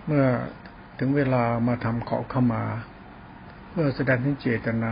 เมื่อถึงเวลามาทำขอขมาเพื่อแสดงถึงเจตนา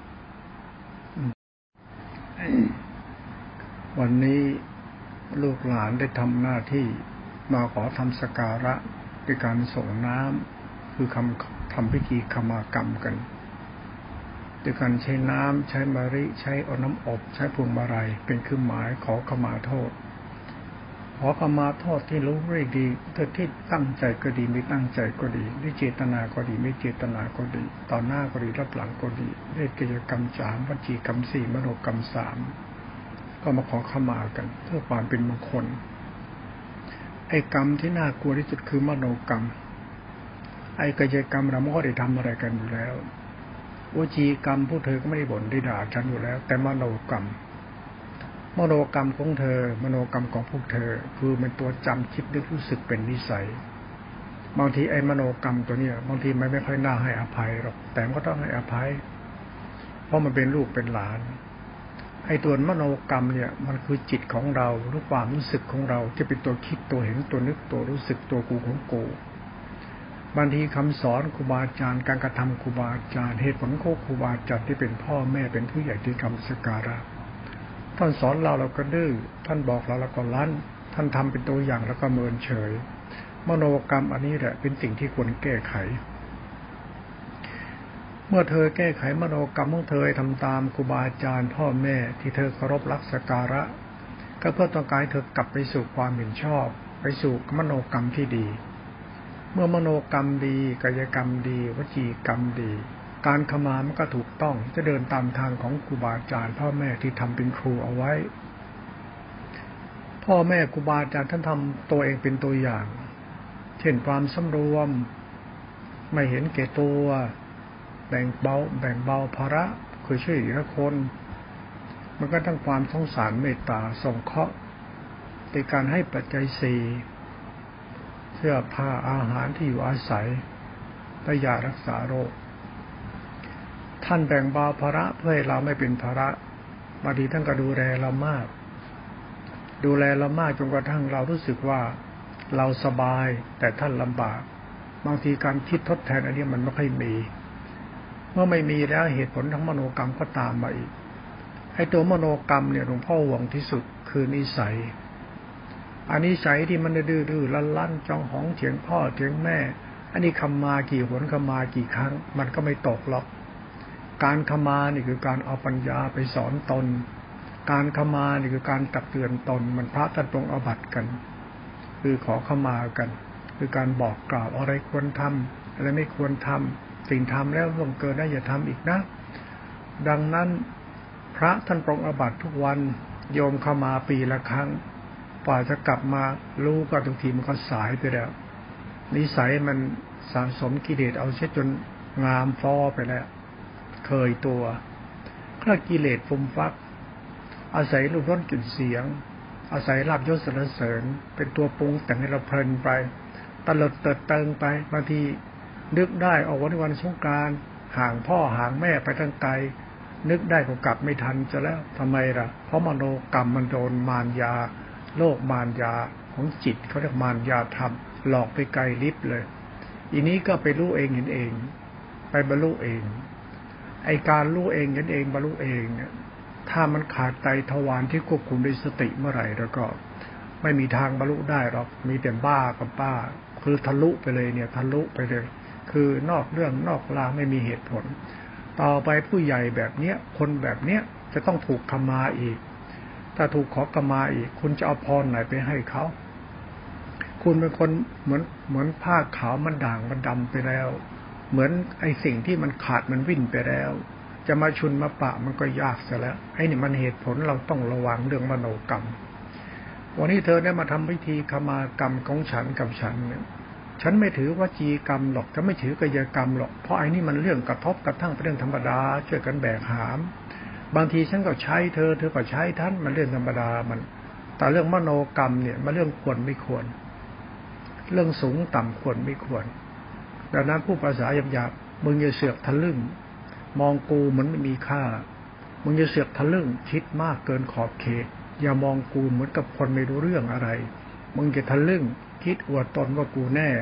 วันนี้ลูกหลานได้ทำหน้าที่มาขอทำสักการะด้วยการส่งน้ำคือทำพิธีขมากรรมกันด้วยการใช้น้ำใช้มะริใช้เอาน้ำอบใช้พวงมาลัยเป็นเครื่องหมายขอขมาโทษขอขมาโทษที่รู้ไม่ดีที่ตั้งใจก็ดีไม่ตั้งใจก็ดีได้เจตนาก็ดีไม่เจตนาก็ดีต่อหน้าก็ดีรับหลังก็ดีได้กิจกรรม3วจีกรรม4มโนกรรม3ก็มาขอขมากันเพื่อความเป็นมงคลไอ้กรรมที่น่ากลัวที่สุดคือมโนกรรมไอ้กิจกรรมเราไม่ได้ทำอะไรกันอยู่แล้ววจีกรรมพวกเธอก็ไม่ได้บ่นได้ด่าฉันอยู่แล้วแต่มโนกรรมของเธอมโนกรรมของพวกเธอคือมันตัวจำคิดนึกรู้สึกเป็นนิสัยบางทีไอ้มโนกรรมตัวเนี้ยบางทีมันไม่ค่อยน่าให้อภัยหรอกแต่ก็ต้องให้อภัยเพราะมันเป็นลูกเป็นหลานไอ้ตัวมโนกรรมเนี่ยมันคือจิตของเราหรือความรู้สึกของเราที่เป็นตัวคิดตัวเห็นตัวนึกตัวรู้สึกตัวกูของกูบางทีคำสอนครูบาอาจารย์การกระทำครูบาอาจารย์เหตุผลของครูบาอาจารย์ที่เป็นพ่อแม่เป็นผู้ใหญ่ที่ทำสักการะท่านสอนเราก็ดื้อท่านบอกเราก็รั้นท่านทำเป็นตัวอย่างแล้วก็เมินเฉยมโนกรรมอันนี้แหละเป็นสิ่งที่ควรแก้ไขเมื่อเธอแก้ไขมโนกรรมของเธอทำตามครูบาอาจารย์พ่อแม่ที่เธอเคารพรักสักการะก็เพื่อต้องการเธอกลับไปสู่ความเห็นชอบไปสู่มโนกรรมที่ดีเมื่อมโนกรรมดีกายกรรมดีวจีกรรมดีการขมามันก็ถูกต้องจะเดินตามทางของครูบาอาจารย์พ่อแม่ที่ทำเป็นครูเอาไว้พ่อแม่ครูบาอาจารย์ท่านทำตัวเองเป็นตัวอย่างเช่นความสำรวมไม่เห็นแก่ตัวแบ่งเบาภาระคือช่วยเหลือคนมันก็ทั้งความสงสารเมตตาสงเคราะห์ในการให้ปัจจัย4เสื้อผ้าอาหารที่อยู่อาศัยและยารักษาโรคท่านแบ่งเบาภาระเพื่อให้เราไม่เป็นภาระบางทีท่านก็ดูแลเรามากจนกระทั่งเรารู้สึกว่าเราสบายแต่ท่านลำบากบางทีการคิดทดแทนอันนี้มันไม่ค่อยมีเมื่อไม่มีแล้วเหตุผลทางมโนกรรมก็ตามมาอีกไอ้ตัวมโนกรรมเนี่ยหลวงพ่อห่วงที่สุดคือนิสัยอันนิสัยที่มันดื้อลั่นจองหองเถียงพ่อเถียงแม่อันนี้ขมากี่หนขมากี่ครั้งมันก็ไม่ตกหรอกการขมานี่คือการเอาปัญญาไปสอนตนการขมานี่คือการตักเตือนตนมันพระท่านตรงอาบัติกันคือขอขมากันคือการบอกกล่าวอะไรควรทำอะไรไม่ควรทำสิ่งทำแล้วล่วงเกินได้อย่าทำอีกนะดังนั้นพระท่านปรงอาบัติทุกวันโยมเข้ามาปีละครั้งกว่าจะกลับมารู้ก็ทุกทีมันก็สายไปแล้วนิสัยมันสะสมกิเลสเอาเสียจนงามฟ้อไปแล้วเคยตัวก็กิเลสฟุ่มฟักอาศัยรูปรสกลิ่นเสียงอาศัยลาภยศสรรเสริญเป็นตัวปรุงแต่งให้เราเพลินไปตลดเติดเติงไปบางทีนึกได้ออกวันสงกรานต์ห่างพ่อห่างแม่ไปตั้งไกลนึกได้ก็กลับไม่ทันจะแล้วทำไมล่ะเพราะมโนกรรมมันโดนมารยาโลกมารยาของจิตเขาเรียกมารยาธรรมหลอกไปไกลลิบเลยอีนี้ก็ไปรู้เองเห็นเองไปบรรลุเองไอการรู้เองเห็นเองบรรลุเองเนี่ยถ้ามันขาดไตรทวารที่ควบคุมด้วยสติเมื่อไหร่แล้วก็ไม่มีทางบรรลุได้หรอกมีแต่บ้ากับป้าคือทะลุไปเลยเนี่ยทะลุไปเลยคือนอกเรื่องนอกราวไม่มีเหตุผลต่อไปผู้ใหญ่แบบเนี้ยคนแบบเนี้ยจะต้องถูกขมาอีกถ้าถูกขอขมาอีกคุณจะเอาพรไหนไปให้เขาคุณเป็นคนเหมือนผ้าขาวมันด่างมันดำไปแล้วเหมือนไอ้สิ่งที่มันขาดมันวิ่นไปแล้วจะมาชุนมาปะมันก็ยากซะแล้วไอ้นี่มันเหตุผลเราต้องระวังเรื่องมโนกรรมวันนี้เธอได้มาทำพิธีขมากรรมของฉันกับฉันเนี่ยฉันไม่ถือวจีกรรมหรอกฉันไม่ถือกายกรรมหรอกเพราะไอ้นี่มันเรื่องกระทบกระทั่งเป็นเรื่องธรรมดาช่วยกันแบกหามบางทีฉันก็ใช้เธอก็ใช้ท่านมันเรื่องธรรมดามันแต่เรื่องมโนกรรมเนี่ยมันเรื่องควรไม่ควรเรื่องสูงต่ำควรไม่ควรดังนั้นผู้ภาษาหยาบๆมึงอย่าเสือกทะลึ่งมองกูเหมือนไม่มีค่ามึงอย่าเสือกทะลึ่งคิดมากเกินขอบเขตอย่ามองกูเหมือนกับคนไม่รู้เรื่องอะไรมึงจะทะลึ่งคิดอวดตนว่ากูแน่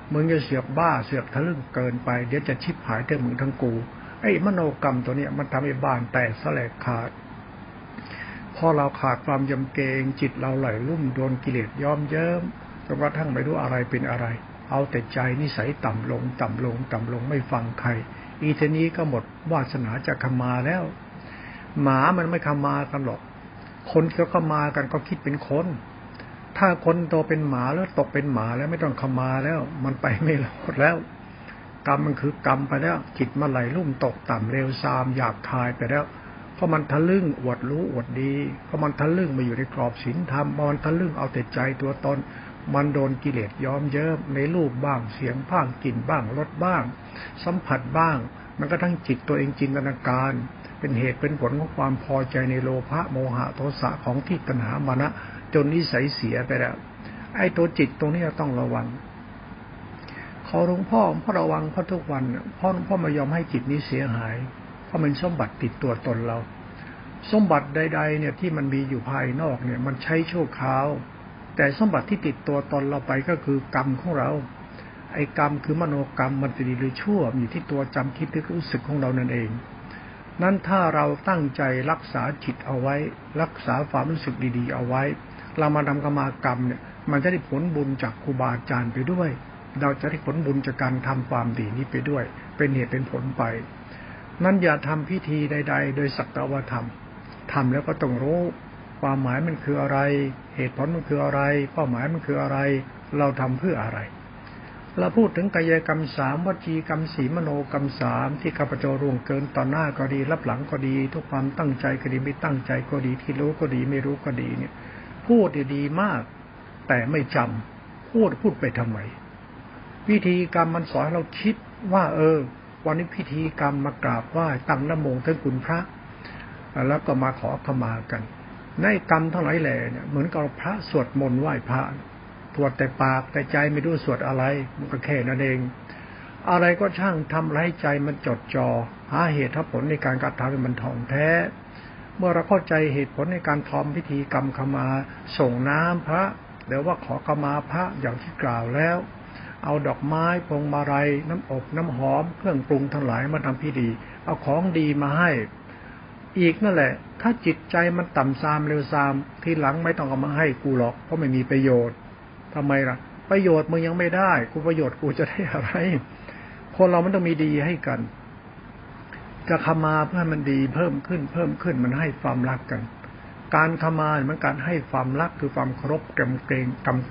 มึงจะเสือกบ้าเสือกทะลึ่งเกินไปเดี๋ยวจะชิบหายทั้งมึงทั้งกูไอ้มโนกรรมตัวเนี้ยมันทำให้บ้านแตกสลายขาดพอเราขาดความยำเกรงจิตเราไหลลุ่มโดนกิเลสย้อมเยิ้มจนกระทั่งไม่รู้อะไรเป็นอะไรเอาแต่ใจนิสัยต่ำลงต่ำลงต่ำลงไม่ฟังใครอีทีนี้ก็หมดวาสนาจะขมาแล้วหมามันไม่ขมากันหรอกคนเขาขมากันก็คิดเป็นคนถ้าคนโตเป็นหมาแล้วตกเป็นหมาแล้วไม่ต้องขมาแล้วมันไปไม่รอดแล้วกรรมมันคือกรรมไปแล้วจิตมาไหลลุ่มตกต่ำเร็วซามหยาบคายไปแล้วเพราะมันทะลึ่งอวดรู้อวดดีเพราะมันทะลึ่งมาอยู่ในกรอบศีลธรรมมันทะลึ่งเอาแต่ใจตัวตนมันโดนกิเลสย้อมเยิ้มในรูปบ้างเสียงบ้างกลิ่นบ้างรสบ้างสัมผัสบ้างมันก็ทั้งจิตตัวเองจินตนาการเป็นเหตุเป็นผลของความพอใจในโลภะโมหะโทสะของที่ตัณหามานะจนนิสัยเสียไปแล้วไอ้ตัวจิตตรงนี้ต้องระวังขอหลวงพ่อระวังเพราะทุกวันพ่อไม่ยอมให้จิตนี้เสียหายเพราะมันสมบัติติดตัวตนเราสมบัติใดๆเนี่ยที่มันมีอยู่ภายนอกเนี่ยมันใช้ชั่วคราวแต่สมบัติที่ติดตัวตนเราไปก็คือกรรมของเราไอ้กรรมคือมโนกรรมมันจะดีหรือชั่วอยู่ที่ตัวจำคิดนึกรู้สึกของเรานั่นเองนั้นถ้าเราตั้งใจรักษาจิตเอาไว้รักษาความรู้สึกดีๆเอาไว้เรามาทำกรรมกรรมเนี่ยมันจะได้ผลบุญจากครูบาอาจารย์ไปด้วยเราจะได้ผลบุญจากการทำความดีนี้ไปด้วยเป็นเหตุเป็นผลไปนั้นอย่าทำพิธีใดๆโดยสักแต่ว่าทำแล้วก็ต้องรู้ความหมายมันคืออะไรเหตุผลมันคืออะไรเป้าหมายมันคืออะไรเราทำเพื่ออะไรเราพูดถึงกายกรรม3วจีกรรม4มโนกรรม3ที่ข้าพเจ้าร่วงเกินต่อหน้าก็ดีรับหลังก็ดีทุกความตั้งใจก็ดีไม่ตั้งใจก็ดีที่รู้ก็ดีไม่รู้ก็ดีเนี่ยพูดดีมากแต่ไม่จำพูดไปทำไมพิธีกรรมมันสอนให้เราคิดว่าวันนี้พิธีกรรมมากราบไหว้ตั้งนะโมถึงคุณพระแล้วก็มาขอขมากันในกรรมทั้งหลายแหล่เนี่ยเหมือนกับพระสวดมนต์ไหว้พระตรวจแต่ปากแต่ใจไม่รู้สวดอะไรมันก็แค่นั้นเองอะไรก็ช่างทำให้ใจมันจดจ่อหาเหตุผลในการกระทำให้มันถ่องแท้เมื่อเราเข้าใจเหตุผลในการทำพิธีกรรมขมาส่งน้ำพระเดี๋ยวว่าขอขมาพระอย่างที่กล่าวแล้วเอาดอกไม้พวงมาลัยน้ำอบน้ำหอมเครื่องปรุงทั้งหลายมาทำพิธีเอาของดีมาให้อีกนั่นแหละถ้าจิตใจมันต่ำทรามเร็วทรามทีหลังไม่ต้องเอามาให้กูหรอกเพราะไม่มีประโยชน์ทำไมล่ะประโยชน์มึงยังไม่ได้กูประโยชน์กูจะได้อะไรคนเรามันต้องมีดีให้กันจะขมาเพื่อให้มันดีเพิ่มขึ้นมันให้ความรักกันการขมาเหมือนการให้ความรักคือความเคารพกำเกรงเก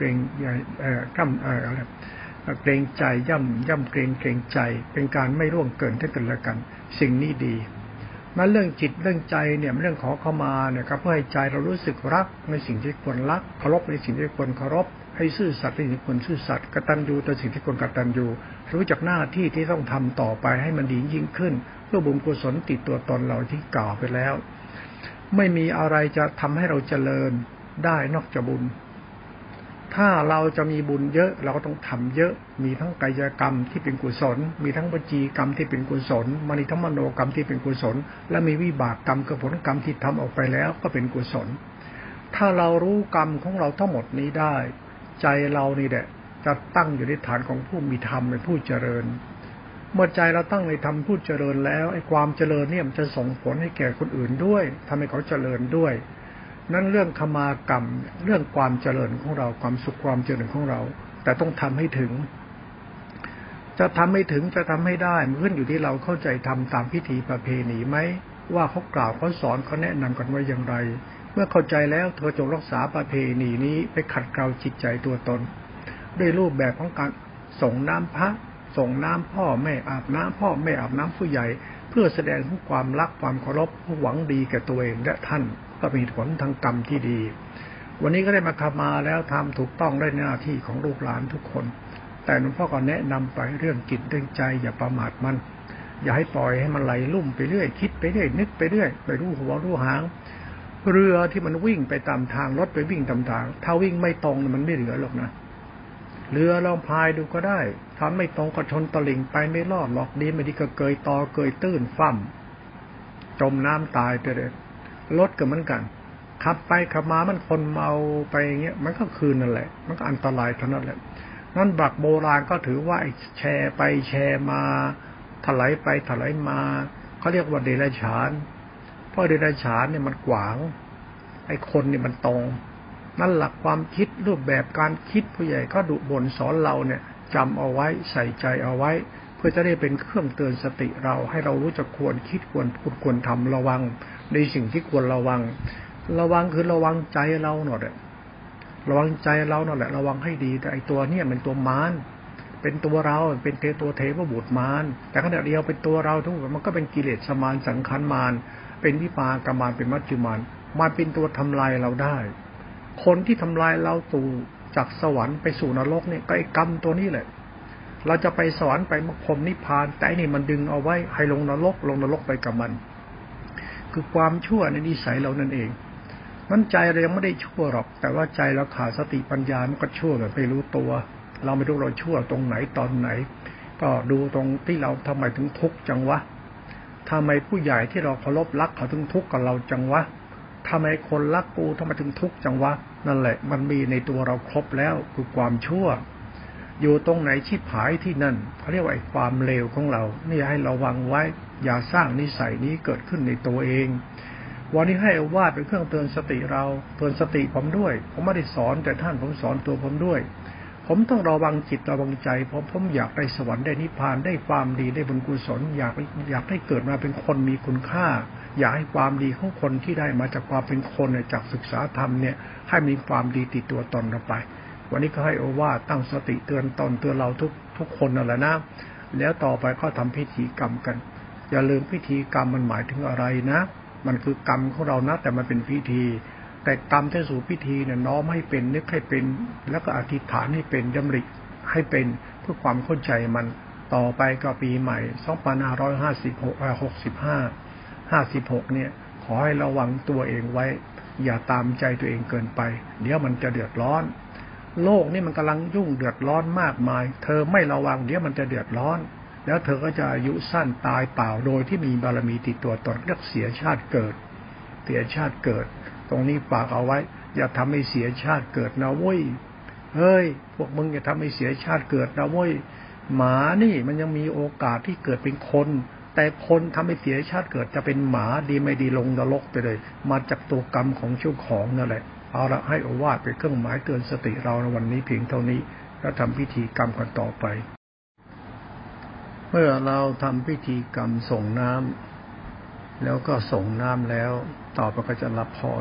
รงใจย่ำเกรงใจเป็นการไม่ร่วงเกินซึ่งกันและกันสิ่งนี้ดีนั้นเรื่องจิตเรื่องใจเนี่ยเรื่องขอเข้ามาเนี่ยครับเพื่อให้ใจเรารู้สึกรักในสิ่งที่ควรรักเคารพในสิ่งที่ควรเคารพให้ซื่อสัตย์ในสิ่งที่ควรซื่อสัตย์กตัญญูต่อสิ่งที่ควรกตัญญูรู้จักหน้าที่ที่ต้องทำต่อไปให้มันดียิ่งขึ้นเพื่อบุญกุศลติดตัวตนเราที่กล่าวไปแล้วไม่มีอะไรจะทำให้เราเจริญได้นอกจากบุญถ้าเราจะมีบุญเยอะเราก็ต้องทำเยอะมีทั้งกายกรรมที่เป็นกุศลมีทั้งวจีกรรมที่เป็นกุศลมีทั้งมโนกรรมที่เป็นกุศลและมีวิบากกรรมกับผลกรรมที่ทำออกไปแล้วก็เป็นกุศลถ้าเรารู้กรรมของเราทั้งหมดนี้ได้ใจเรานี่แหละจะตั้งอยู่ในฐานของผู้มีธรรมเป็นผู้เจริญเมื่อใจเราตั้งในธรรมผู้เจริญแล้วไอ้ความเจริญเนี่ยมันจะส่งผลให้แก่คนอื่นด้วยทำให้เขาเจริญด้วยนั่นเรื่องขมากรรมเรื่องความเจริญของเราความสุขความเจริญของเราแต่ต้องทำให้ถึงจะทำให้ถึงจะทำให้ได้มันขึ้นอยู่ที่เราเข้าใจทำตามพิธีประเพณีไหมว่าเขากล่าวเขาสอนเขาแนะนำกันไว้อย่างไรเมื่อเข้าใจแล้วเธอจงรักษาประเพณีนี้ไปขัดเกลาจิตใจตัวตนด้วยรูปแบบของการส่งน้ำพระส่งน้ำพ่อแม่อาบน้ำพ่อแม่อาบน้ำผู้ใหญ่เพื่อแสดงถึงความรักความเคารพหวังดีแก่ตัวเองและท่านก็มีผลทางกรรมที่ดีวันนี้ก็ได้มาขมาแล้วทำถูกต้องได้หน้าที่ของลูกหลานทุกคนแต่หลวงพ่อก็แนะนำไปเรื่องจิตเรื่องใจอย่าประมาทมันอย่าให้ปล่อยให้มันไหลลุ่มไปเรื่อยคิดไปเรื่อยนึกไปเรื่อยไปรู้หัวรู้หางเรือที่มันวิ่งไปตามทางรถไปวิ่งตามทางถ้าวิ่งไม่ตรงมันไม่เหลือหรอกนะเรือลองพายดูก็ได้ถ้าไม่ตรงก็ชนตลิ่งไปไม่รอดหรอกดีไม่ดีก็เกยตอเกยตื้นฟั่มจมน้ำตายไปเลยรถก็เหมือนกันขับไปขับมามันคนเมาไปอย่างเงี้ยมันก็คืนนั่นแหละมันก็อันตรายเท่านั้นแหละนั่นบักโบราณก็ถือว่าแชร์ไปแชร์มาถลายไปถลายมาเขาเรียกว่าเดรัจฉานเพราะเดรัจฉานเนี่ยมันขวางไอ้คนเนี่ยมันตรงนั่นหลักความคิดรูปแบบการคิดผู้ใหญ่เขาดุบ่นสอนเราเนี่ยจำเอาไว้ใส่ใจเอาไว้เพื่อจะได้เป็นเครื่องเตือนสติเราให้เรารู้จักควรคิดควรพูดควรทำระวังในสิ่งที่ควรระวังคือระวังใจเราหน่อยระวังใจเรานั่นแหละระวังให้ดีแต่ไอตัวเนี่ยมันตัวมารเป็นตัวเราเป็นตัวเทวบุตรมารแต่ขณะเดียวเป็นตัวเราทุกมันก็เป็นกิเลสมารสังขารมารเป็นวิปากมารเป็นมัจจุมารมาเป็นตัวทำลายเราได้คนที่ทำลายเราตู่จากสวรรค์ไปสู่นรกเนี่ยก็ไอ้กรรมตัวนี้แหละเราจะไปสวรรค์ไปมรรคผลนิพพานแต่นี่มันดึงเอาไว้ให้ลงนรกไปกับมันคือความชั่วในนิสัยเรานั่นเองมันใจเรายังไม่ได้ชั่วหรอกแต่ว่าใจเราขาดสติปัญญามันก็ชั่วแบบไม่รู้ตัวเราไม่รู้เราชั่วตรงไหนตอนไหนก็ดูตรงที่เราทำไมถึงทุกข์จังวะทำไมผู้ใหญ่ที่เราเคารพรักเขาถึงทุกข์กับเราจังวะทำไมคนรักกูทำไมถึงทุกข์จังวะนั่นแหละมันมีในตัวเราครบแล้วคือความชั่วอยู่ตรงไหนชิบหายที่นั่นเขาเรียกว่าความเลวของเรานี่ให้ระวังไว้อย่าสร้างนิสัยนี้เกิดขึ้นในตัวเองวันนี้ให้วาดเป็นเครื่องเตือนสติเราเตือนสติผมด้วยผมไม่ได้สอนแต่ท่านผมสอนตัวผมด้วยผมต้องระวังจิตระวังใจผมอยากได้สวรรค์ได้นิพพานได้ความดีได้บุญกุศลอยากให้เกิดมาเป็นคนมีคุณค่าอยากให้ความดีของคนที่ได้มาจากความเป็นคนจากศึกษาธรรมเนี่ยให้มีความดีติดตัวตนเราไปวันนี้ก็ให้โอวาทตั้งสติเตือนตนเตือนเราทุกคนนั่นแหละนะแล้วต่อไปก็ทำพิธีกรรมกันอย่าลืมพิธีกรรมมันหมายถึงอะไรนะมันคือกรรมของเรานะแต่มันเป็นพิธีแต่กรรมที่สู่พิธีเนี่ยน้อมให้เป็นนึกให้เป็นแล้วก็อธิษฐานให้เป็นดำริให้เป็นเพื่อความเข้าใจมันต่อไปก็ปีใหม่2556เนี่ยขอให้ระวังตัวเองไว้อย่าตามใจตัวเองเกินไปเดี๋ยวมันจะเดือดร้อนโลกนี่มันกำลังยุ่งเดือดร้อนมากมายเธอไม่ระวังเดี๋ยวมันจะเดือดร้อนแล้วเธอก็จะอายุสั้นตายเปล่าโดยที่มีบารมีติดตัวตนเรียกเสียชาติเกิดตรงนี้ฝากเอาไว้อย่าทำให้เสียชาติเกิดนะเว้ยเฮ้ยพวกมึงอย่าทำให้เสียชาติเกิดนะเว้ยหมานี่มันยังมีโอกาสที่เกิดเป็นคนแต่คนทำให้เสียชาติเกิดจะเป็นหมาดีไม่ดีลงนรกไปเลยมาจากตัวกรรมของเจ้าของนั่นแหละเอาละให้โอวาทเป็นเครื่องหมายเตือนสติเราในวันนี้เพียงเท่านี้แล้วทำพิธีกรรมกันต่อไปเมื่อเราทำพิธีกรรมส่งน้ำแล้วก็ส่งน้ำแล้วต่อไปก็จะรับพร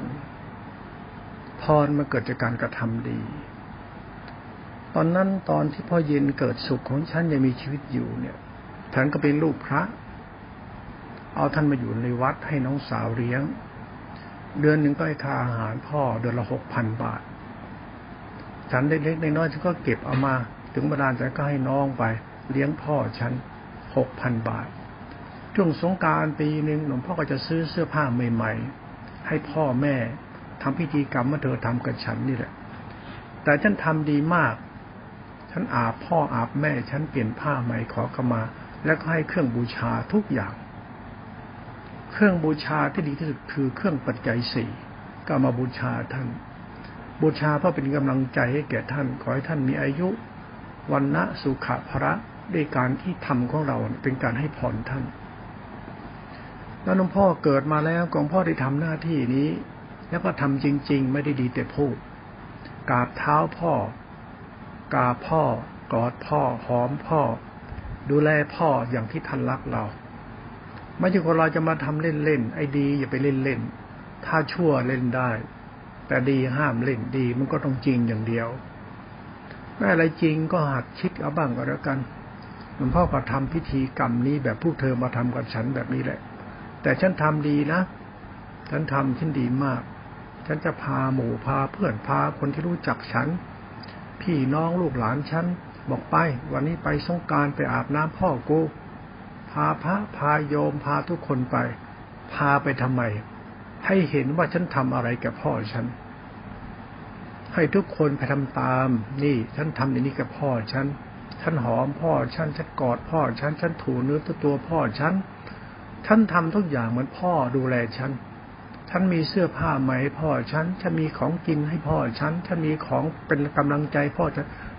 มันเกิดจากการกระทำดีตอนที่พ่อเย็นเกิดสุขของฉันยังมีชีวิตอยู่เนี่ยท่านก็เป็นลูกพระเอาท่านมาอยู่ในวัดให้น้องสาวเลี้ยงเดือนหนึ่งก็ให้ค่าอาหารพ่อเดือนละ 6,000 บาทฉันเล็กๆน้อยๆฉันก็เก็บเอามาถึงเวลาฉันก็ให้น้องไปเลี้ยงพ่อฉัน 6,000 บาทช่วงสงกรานต์ปีนึงหลวงพ่อก็จะซื้อเสื้อผ้าใหม่ๆให้พ่อแม่ทำพิธีกรรมเมื่อเธอทำกับฉันนี่แหละแต่ฉันทำดีมากฉันอาบพ่ออาบแม่ฉันเปลี่ยนผ้าใหม่ขอขมาแล้วก็ให้เครื่องบูชาทุกอย่างเครื่องบูชาที่ดีที่สุดคือเครื่องปัจจัย4ก็มาบูชาท่านบูชาเพื่อเป็นกำลังใจให้แก่ท่านขอให้ท่านมีอายุวันนะสุขะภระด้วยการที่ทำของเราเป็นการให้พรท่านแล้วหลวงพ่อเกิดมาแล้วหลวงพ่อได้ทำหน้าที่นี้แล้วก็ทำจริงๆไม่ได้ดีแต่พูดกราบเท้าพ่อกราบพ่อกอดพ่อหอมพ่อดูแลพ่ออย่างที่ท่านรักเราไม่ใช่คนเราจะมาทำเล่นๆไอ้ดีอย่าไปเล่นๆถ้าชั่วเล่นได้แต่ดีห้ามเล่นดีมันก็ต้องจริงอย่างเดียวไม่อะไรจริงก็หัดคิดเอาบ้างก็แล้วกันหลวงพ่อก็ทำพิธีกรรมนี้แบบพวกเธอมาทำกับฉันแบบนี้แหละแต่ฉันทำดีนะฉันทำฉันดีมากฉันจะพาหมู่พาเพื่อนพาคนที่รู้จักฉันพี่น้องลูกหลานฉันบอกไปวันนี้ไปสงกรานต์ไปอาบน้ำพ่อกูพาพระพาโยมพาทุกคนไปพาไปทำไมให้เห็นว่าฉันทำอะไรกับพ่อฉันให้ทุกคนไปทำตามนี่ฉันทำอย่างนี้กับพ่อฉันหอมพ่อฉันกอดพ่อฉันถูเนื้อตัวพ่อฉันทำทุกอย่างเหมือนพ่อดูแลฉันมีเสื้อผ้าใหม่ให้พ่อฉันมีของกินให้พ่อฉันมีของเป็นกำลังใจพ่อฉัน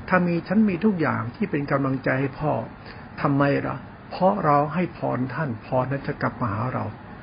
ถ้ามีฉันมีทุกอย่างที่เป็นกำลังใจให้พ่อทำไมล่ะเพราะเราให้พรท่านพรนั้นจะกลับมาหาเรา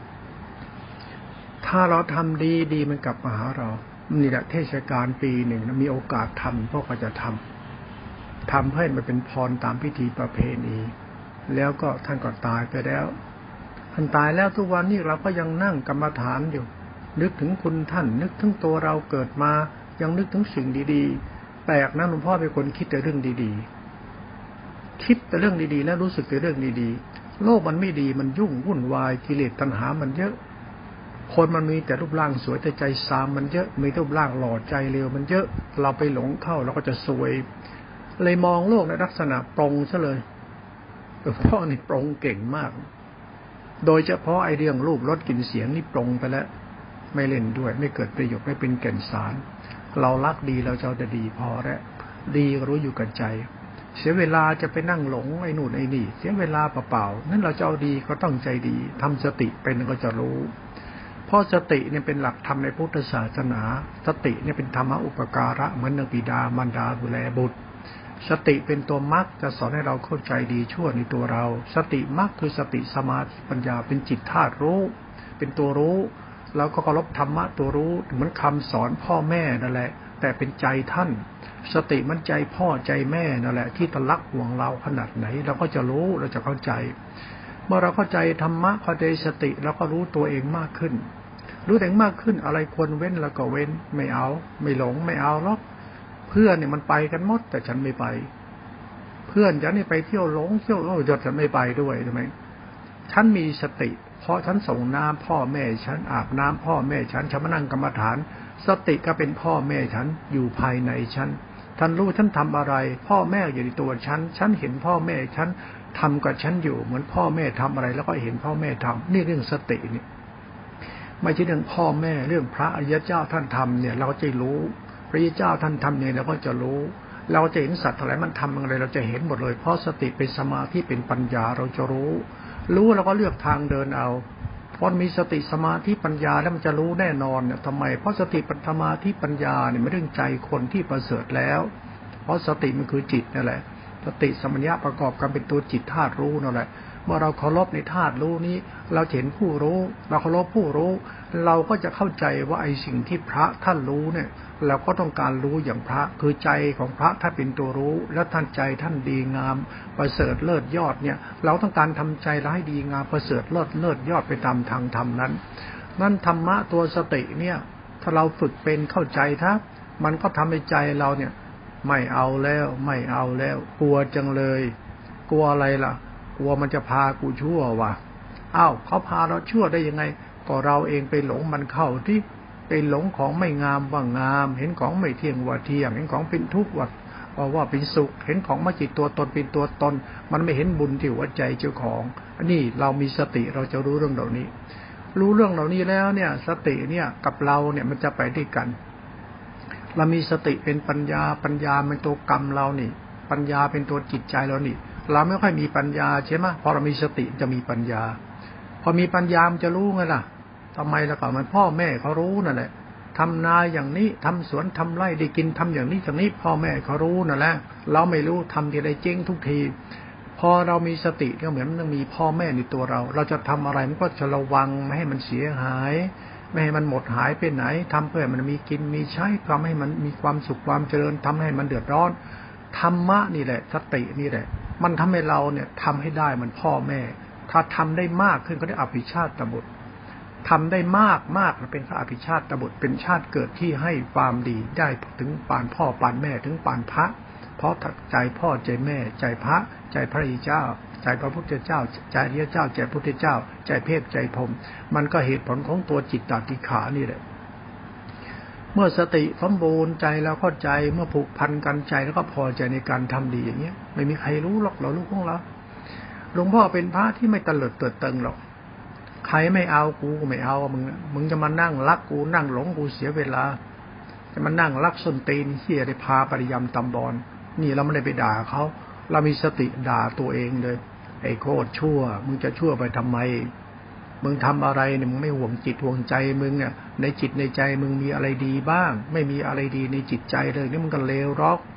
ถ้าเราทำดีดีมันกลับมาหาเรานี่แหละเทศกาลปีหนึ่งมีโอกาสทำพ่อก็จะทำให้มันเป็นพรตามพิธีประเพณีแล้วก็ท่านก็ตายไปแล้วท่านตายแล้วทุกวันนี้เราก็ยังนั่งกรรมฐานอยู่นึกถึงคุณท่านนึกถึงตัวเราเกิดมายังนึกถึงสิ่งดีๆแปลกนะหลวงพ่อเป็นคนคิดแต่เรื่องดีๆคิดแต่เรื่องดีๆแล้วรู้สึกแต่เรื่องดีๆโลกมันไม่ดีมันยุ่งวุ่นวายกิเลสตัณหามันเยอะคนมันมีแต่รูปร่างสวยแต่ใจซามมันเยอะมีรูปร่างหล่อใจเลวมันเยอะเราไปหลงเข้าเราก็จะซวยเลยมองโลกในลักษณะปรงซะเลยพ่อนี่ปรงเก่งมากโดยเฉพาะไอ้เรื่องรูปรสกลิ่นเสียงนี่ปรงไปแล้วไม่เล่นด้วยไม่เกิดประโยชน์ไม่เป็นแก่นสารเรารักดีเราจะเอาแต่ดีพอแล้วดีก็รู้อยู่กับใจเสียเวลาจะไปนั่งหลงไอ้นู่นไอ้นี่เสียเวลาเปล่าๆนั้นเราจะเอาดีก็ต้องใจดีทำสติเป็นก็จะรู้เพราะสติเนี่ยเป็นหลักธรรมในพุทธศาสนาสติเนี่ยเป็นธรรมะอุปการะเหมือนนบิดามารดาดูแลบุตรสติเป็นตัวมรรคจะสอนให้เราเข้าใจดีชั่วในตัวเราสติมรรคคือสติสมาธิปัญญาเป็นจิตธาตุรู้เป็นตัวรู้แล้วก็เคารพธรรมะตัวรู้เหมือนคำสอนพ่อแม่นั่นแหละแต่เป็นใจท่านสติมันใจพ่อใจแม่นั่นแหละที่ตะลักห่วงเราขนาดไหนเราก็จะรู้เราจะเข้าใจเมื่อเราเข้าใจธรรมะเข้าใจสติเราก็รู้ตัวเองมากขึ้นรู้ตัวเองมากขึ้นอะไรควรเว้นแล้วก็เว้นไม่เอาไม่หลงไม่เอาหรอกเพื่อนเนี่ยมันไปกันหมดแต่ฉันไม่ไปเพื่อนฉันนี่ไปเที่ยวหลงเที่ยวจนฉันไม่ไปด้วยใช่ไหมฉันมีสติเพราะฉันส่งน้ำพ่อแม่ฉันอาบน้ำพ่อแม่ฉันมานั่งกรรมฐานสติก็เป็นพ่อแม่ฉันอยู่ภายในฉันท่านรู้ฉันทำอะไรพ่อแม่อยู่ในตัวฉันเห็นพ่อแม่ฉันทำกับฉันอยู่เหมือนพ่อแม่ทำอะไรแล้วก็เห็นพ่อแม่ทำนี่เรื่องสตินี่ไม่ใช่เรื่องพ่อแม่เรื่องพระอริยเจ้าท่านทำเนี่ยเราจะรู้พระอริยเจ้าท่านทำเนี่ยเราก็จะรู้เราจะเห็นสัตว์อะไรมันทำอะไรเราจะเห็นหมดเลยเพราะสติเป็นสมาธิเป็นปัญญาเราจะรู้แล้วก็เลือกทางเดินเอาเพราะมีสติสมาธิปัญญาแล้วมันจะรู้แน่นอนเนี่ยทำไมเพราะสติปัญสมาธิปัญญาเนี่ยไม่เรื่องใจคนที่ประเสริฐแล้วเพราะสติมันคือจิตนั่นแหละสติสัมปชัญญะประกอบกันเป็นตัวจิตธาตุรู้นั่นแหละเมื่อเราเคารพในธาตุรู้นี้เราเห็นผู้รู้เราเคารพผู้รู้เราก็จะเข้าใจว่าไอ้สิ่งที่พระท่านรู้เนี่ยเราก็ต้องการรู้อย่างพระคือใจของพระถ้าเป็นตัวรู้แล้วท่านใจท่านดีงามประเสริฐเลิศยอดเนี่ยเราต้องการทำใจเราให้ดีงามประเสริฐเลิศยอดไปตามทางธรรมนั้นนั่นธรรมะตัวสติเนี่ยถ้าเราฝึกเป็นเข้าใจมันก็ทำให้ใจเราเนี่ยไม่เอาแล้วไม่เอาแล้วกลัวจังเลยกลัวอะไรล่ะกลัวมันจะพากูชั่วว่ะอ้าวเขาพาเราชั่วได้ยังไงก็เราเองไปหลงมันเข้าที่ไปหลงของไม่งามว่างามเห็นของไม่เที่ยงว่าเที่ยงเห็นของเป็นทุกข์ว่าเป็นสุขเห็นของมาจิตตัวตนเป็นตัวตนมันไม่เห็นบุญที่หัวใจเจ้าของอันนี้เรามีสติเราจะรู้เรื่องเหล่านี้รู้เรื่องเหล่านี้แล้วเนี่ยสติเนี่ยกับเราเนี่ยมันจะไปด้วยกันเรามีสติเป็นปัญญาเป็นตัวกรรมเรานี่ปัญญาเป็นตัวจิตใจเรานี่เราไม่ค่อยมีปัญญาใช่ไหมพอเรามีสติจะมีปัญญาพอมีปัญญามันจะรู้ไงล่ะทำไมล่ะก็มันพ่อแม่เขารู้นั่นแหละทำนาอย่างนี้ทำสวนทำไร่ได้กินทำอย่างนี้อย่างนี้พ่อแม่เขารู้นั่นแหละเราไม่รู้ทำทีไรเจ๊งทุกทีพอเรามีสติก็เหมือนมันมีพ่อแม่ในตัวเราจะทำอะไรมันก็จะระวังไม่ให้มันเสียหายไม่ให้มันหมดหายไปไหนทำเพื่อมันมีกินมีใช้ทำให้มันมีความสุขความเจริญทำให้มันเดือดร้อนธรรมะนี่แหละสตินี่แหละมันทำให้เราเนี่ยทำให้ได้มันพ่อแม่ถ้าทำได้มากขึ้นก็ได้อภิชาติบุตรทำได้มากเป็นพระอภิชาติบุตรเป็นชาติเกิดที่ให้ความดีได้ถึงปานพ่อปานแม่ถึงปานพระเพราะใจพ่อใจแม่ใจพระใจพระริยเจ้าใจพระพุทธเจ้าใจอริยเจ้าใจพุทธเจ้าใจเพศใจพรหมมันก็เหตุผลของตัวจิตตติขานี่แหละเมื่อสติสมบูรณ์ใจแล้วเข้าใจเมื่อผูกพันกันใจแล้วก็พอใจในการทำดีอย่างเงี้ยไม่มีใครรู้หรอกเรารู้ของเราหลวงพ่อเป็นพระที่ไม่ตะเลิดเติดเติงหรอกใครไม่เอากูก็ไม่เอามึงจะมานั่งรักกูนั่งหลงกูเสียเวลาจะมานั่งรักส้นตีนเหี้ยได้พาปริยำตำบอลนี่เราไม่ได้ไปด่าเขาเรามีสติด่าตัวเองเลยไอ้โคตรชั่วมึงจะชั่วไปทำไมมึงทำอะไรเนี่ยมึงไม่ห่วงจิตห่วงใจมึงเนี่ยในจิตในใจมึงมีอะไรดีบ้างไม่มีอะไรดีในจิตใจเลยนี่มึงก็เลวหรอก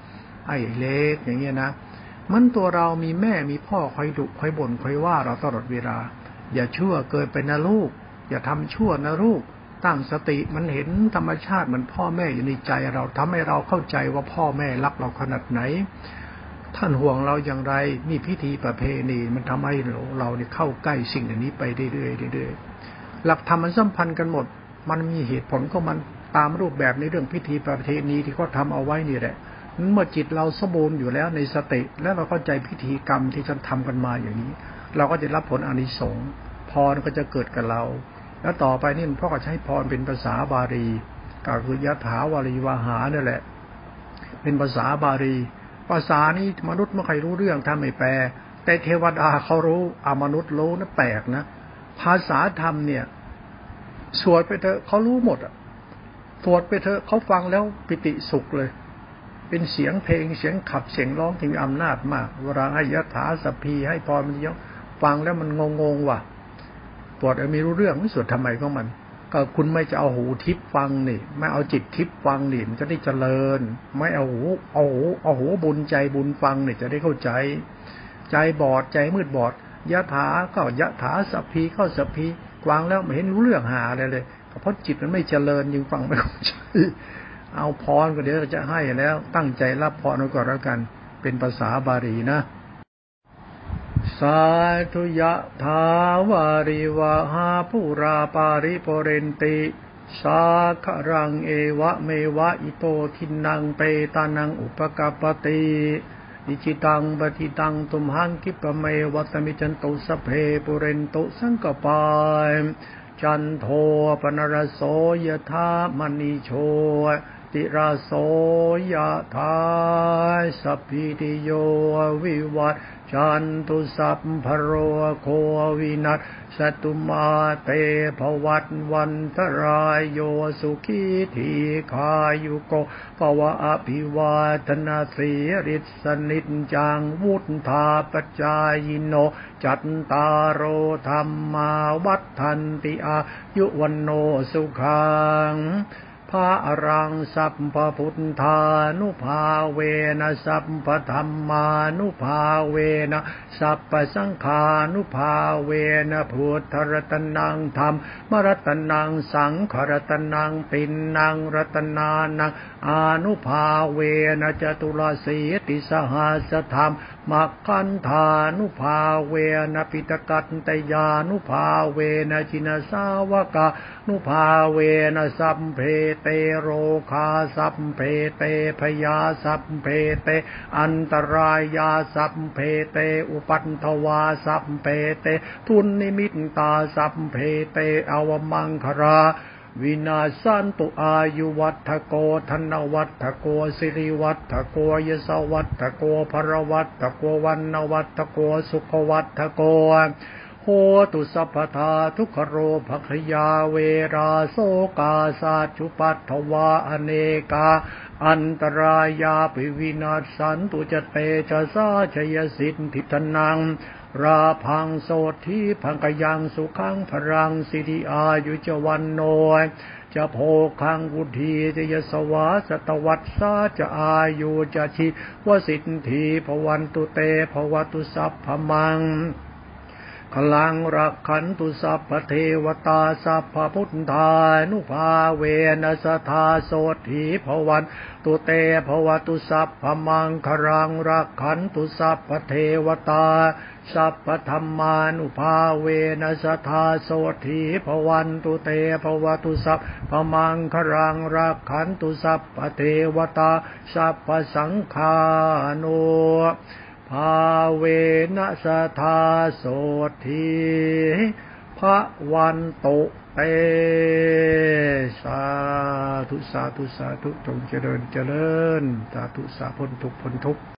ไอ้เล็กอย่างเงี้ยนะมันตัวเรามีแม่มีพ่อคอยดุคอยบ่นคอยว่าเราตลอดเวลาอย่าชั่วเกินไปนะลูกอย่าทำชั่วนะลูกตั้งสติมันเห็นธรรมชาติมันพ่อแม่อยู่ในใจเราทำให้เราเข้าใจว่าพ่อแม่รักเราขนาดไหนท่านห่วงเราอย่างไรนี่พิธีประเพณีมันทำให้เราเนี่ยเข้าใกล้สิ่งอันนี้ไปเรื่อยๆหลักธรรมมันสัมพันธ์กันหมดมันมีเหตุผลของมันตามรูปแบบในเรื่องพิธีประเพณีที่เขาทำเอาไว้นี่แหละเมื่อจิตเราสมบูรณ์อยู่แล้วในสติแล้วเราเข้าใจพิธีกรรมที่ท่านทำกันมาอย่างนี้เราก็จะรับผลอานิสงส์พรก็จะเกิดกับเราแล้วต่อไปนี่พ่อก็ใช้พรเป็นภาษาบาลีก็คือยถาวารีวาหาเนี่ยแหละเป็นภาษาบาลีภาษานี้มนุษย์ไม่เคยรู้เรื่องถ้าไม่แปลแต่เทวดาเขารู้มนุษย์รู้นะแปลกนะภาษาธรรมเนี่ยสวดไปเถอะเขารู้หมดอ่ะสวดไปเถอะเขาฟังแล้วปิติสุขเลยเป็นเสียงเพลงเสียงขับเสียงร้องที่มีอำนาจมากเวลาให้ยถาสัพพีให้พรมันเยอะฟังแล้วมันงงว่ะปวดไม่รู้เรื่องไม่สวดทำไมของมันก็คุณไม่จะเอาหูทิพฟังนี่ไม่เอาจิตทิพฟังนี่มันจะได้เจริญไม่เอาหูบุญใจบุญฟังนี่จะได้เข้าใจใจบอดใจมืดบอดยถาก็ยถาสัพพีก็สัพพีฟังแล้วไม่เห็นรู้เรื่องหาอะไรเลยเพราะจิตมันไม่เจริญยิ่งฟังไม่เข้าใจเอาพรก็เดี๋ยวจะให้แล้วตั้งใจรับพรไว้ก่อนแล้วกันเป็นภาษาบาลีนะสาธุยะถาวาริวะหาปุราปาริปุเรนติสาครังเอวะเมวะอิโตทินังเปตานังอุปกัปปติอิจิตังปฏิตังตุมหังคิปะเมวัตมิจันตุสัพเพปุเรนตุสังกปายจันโทปนรโสยถามณีโชติราโสยถาสัพพิติโยวิวัตจันตุสัพพโรโควินัสสตุมาเตภวัตวันตรายโยสุขีทีขายุโกภวะอภิวาทนาสีริสนิจจังวุฒาปัจจายโนจัตตารโอธรรมาวัฏทันติอายุวันโนสุขังพระอรังสัพพพุทธานุภาเวนะสัพพธัมมานุภาเวนะสัพพสังฆานุภาเวนะพุทธรัตนังธรรมรัตนังสังฆรัตนังปิณนังรัตนานังอานุภาเวนะจตุรสีติสหัสธรรมมัคคันธานุภาเวนะปิตกัตตยานุภาเวนะจินสาวกานุภาเวนะสัพเพเตโรคาสัพเพเตพยาสัพเพเตอันตรายาสัพเพเตอุปัฏฐวาสัพเพเตทุนนิมิตตาสัพเพเตอวมังคราวินาสันตุอายุวัฏโกธนวัฏโกสิริวัฏโกยสวัฏโกภรวัฏโกวันนวัฏโกสุขวัฏโกโหตุสัพพทาทุกขโรภคยาเวราโสกาสาจุปัฏฐวาอเนกาอันตรายาปิวินาสันตุจเตชะสาชยสิทธิทนังราพังโสทิพังกยังสุขังพรังสิริอายุจวันโนจะโภคังวุธีจะยสวาสตวัตสาจะอายุจะชิวสิทธิภวันตุเตภวตุสัพพมังพลังรักขันตุสัพพเทวตาสัพพพุทธานุภาเวนัสธาโสถีภวันตุเตภวตุสัพพมังคลังรักขันตุสัพพเทวตาสัพพธรรมานุภาเวนัสธาโสถีภวันตุเตภวตุสัพพมังคลังรักขันตุสัพพเทวตาสัพพสังฆานุภาเวนะสทาโสทีพระวันโตเตสาธุสาธุสาธุจงเจริญเจริญสาธุสาพ้นทุกข์พ้นทุกข์